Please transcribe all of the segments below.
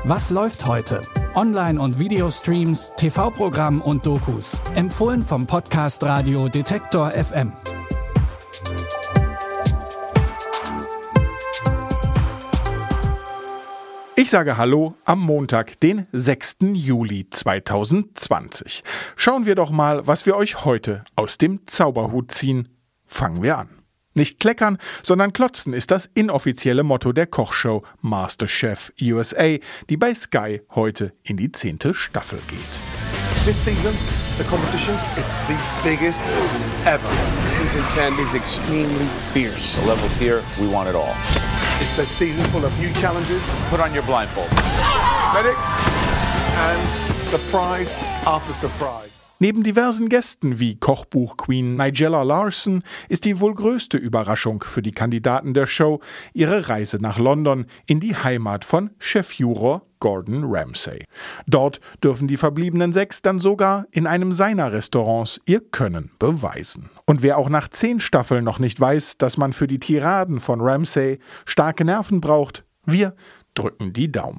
Was läuft heute? Online- und Videostreams, TV-Programm und Dokus. Empfohlen vom Podcast Radio Detektor FM. Ich sage Hallo am Montag, den 6. Juli 2020. Schauen wir doch mal, was wir euch heute aus dem Zauberhut ziehen. Fangen wir an. Nicht kleckern, sondern klotzen ist das inoffizielle Motto der Kochshow MasterChef USA, die bei Sky heute in die 10. Staffel geht. This season, the competition is the biggest ever. Season 10 is extremely fierce. The levels here, we want it all. It's a season full of new challenges, Put on your blindfold. medics, and surprise after surprise. Neben diversen Gästen wie Kochbuch-Queen Nigella Lawson ist die wohl größte Überraschung für die Kandidaten der Show ihre Reise nach London in die Heimat von Chefjuror Gordon Ramsay. Dort dürfen die verbliebenen 6 dann sogar in einem seiner Restaurants ihr Können beweisen. Und wer auch nach 10 Staffeln noch nicht weiß, dass man für die Tiraden von Ramsay starke Nerven braucht, wir drücken die Daumen.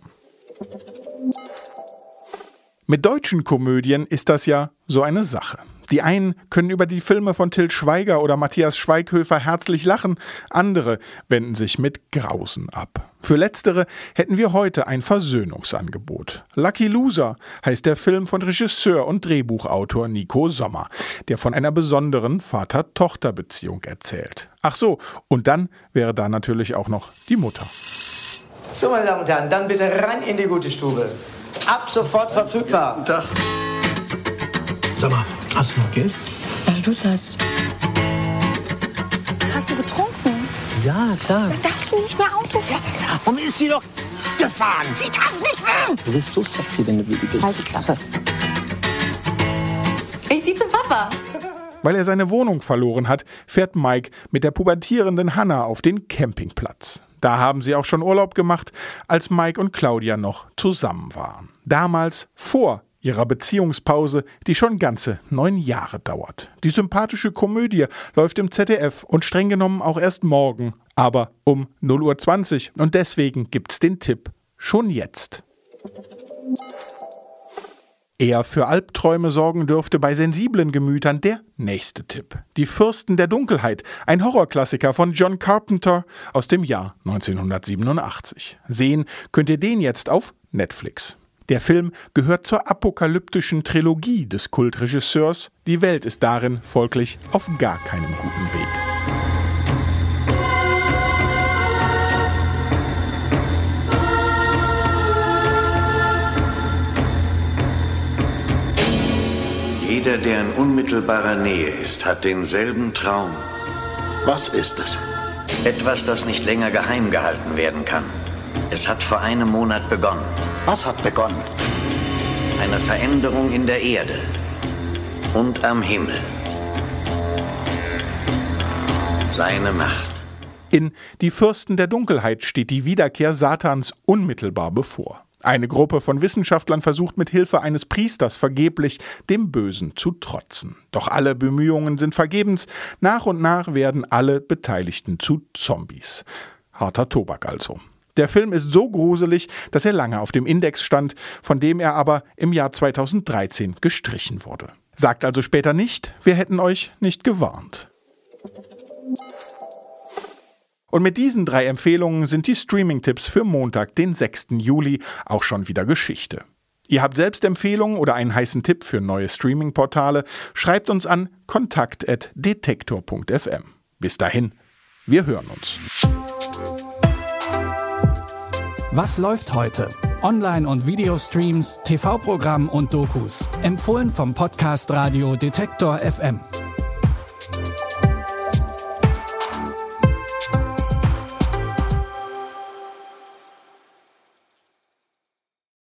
Mit deutschen Komödien ist das ja so eine Sache. Die einen können über die Filme von Til Schweiger oder Matthias Schweighöfer herzlich lachen, andere wenden sich mit Grausen ab. Für Letztere hätten wir heute ein Versöhnungsangebot. Lucky Loser heißt der Film von Regisseur und Drehbuchautor Nico Sommer, der von einer besonderen Vater-Tochter-Beziehung erzählt. Ach so, und dann wäre da natürlich auch noch die Mutter. So, meine Damen und Herren, dann bitte rein in die gute Stube. Ab sofort verfügbar. Guten Tag. Sag mal, hast du noch Geld? Also du zahlst. Hast du getrunken? Ja, klar. Dann darfst du nicht mehr Auto fahren. Warum ist sie doch gefahren? Sie darf nicht fahren. Du bist so sexy, wenn du wütend bist. Halt die Klappe. Ich zieh zum Papa. Weil er seine Wohnung verloren hat, fährt Mike mit der pubertierenden Hannah auf den Campingplatz. Da haben sie auch schon Urlaub gemacht, als Mike und Claudia noch zusammen waren. Damals vor ihrer Beziehungspause, die schon ganze 9 Jahre dauert. Die sympathische Komödie läuft im ZDF und streng genommen auch erst morgen, aber um 0:20 Uhr und deswegen gibt's den Tipp schon jetzt. Eher für Albträume sorgen dürfte bei sensiblen Gemütern der nächste Tipp. Die Fürsten der Dunkelheit, ein Horrorklassiker von John Carpenter aus dem Jahr 1987. Sehen könnt ihr den jetzt auf Netflix. Der Film gehört zur apokalyptischen Trilogie des Kultregisseurs. Die Welt ist darin folglich auf gar keinem guten Weg. Jeder, der in unmittelbarer Nähe ist, hat denselben Traum. Was ist es? Etwas, das nicht länger geheim gehalten werden kann. Es hat vor einem Monat begonnen. Was hat begonnen? Eine Veränderung in der Erde und am Himmel. Seine Macht. In Die Fürsten der Dunkelheit steht die Wiederkehr Satans unmittelbar bevor. Eine Gruppe von Wissenschaftlern versucht mit Hilfe eines Priesters vergeblich, dem Bösen zu trotzen. Doch alle Bemühungen sind vergebens. Nach und nach werden alle Beteiligten zu Zombies. Harter Tobak also. Der Film ist so gruselig, dass er lange auf dem Index stand, von dem er aber im Jahr 2013 gestrichen wurde. Sagt also später nicht, wir hätten euch nicht gewarnt. Und mit diesen 3 Empfehlungen sind die Streaming-Tipps für Montag, den 6. Juli, auch schon wieder Geschichte. Ihr habt selbst Empfehlungen oder einen heißen Tipp für neue Streaming-Portale? Schreibt uns an kontakt@detektor.fm. Bis dahin, wir hören uns. Was läuft heute? Online- und Videostreams, TV-Programm und Dokus. Empfohlen vom Podcast Radio Detektor FM.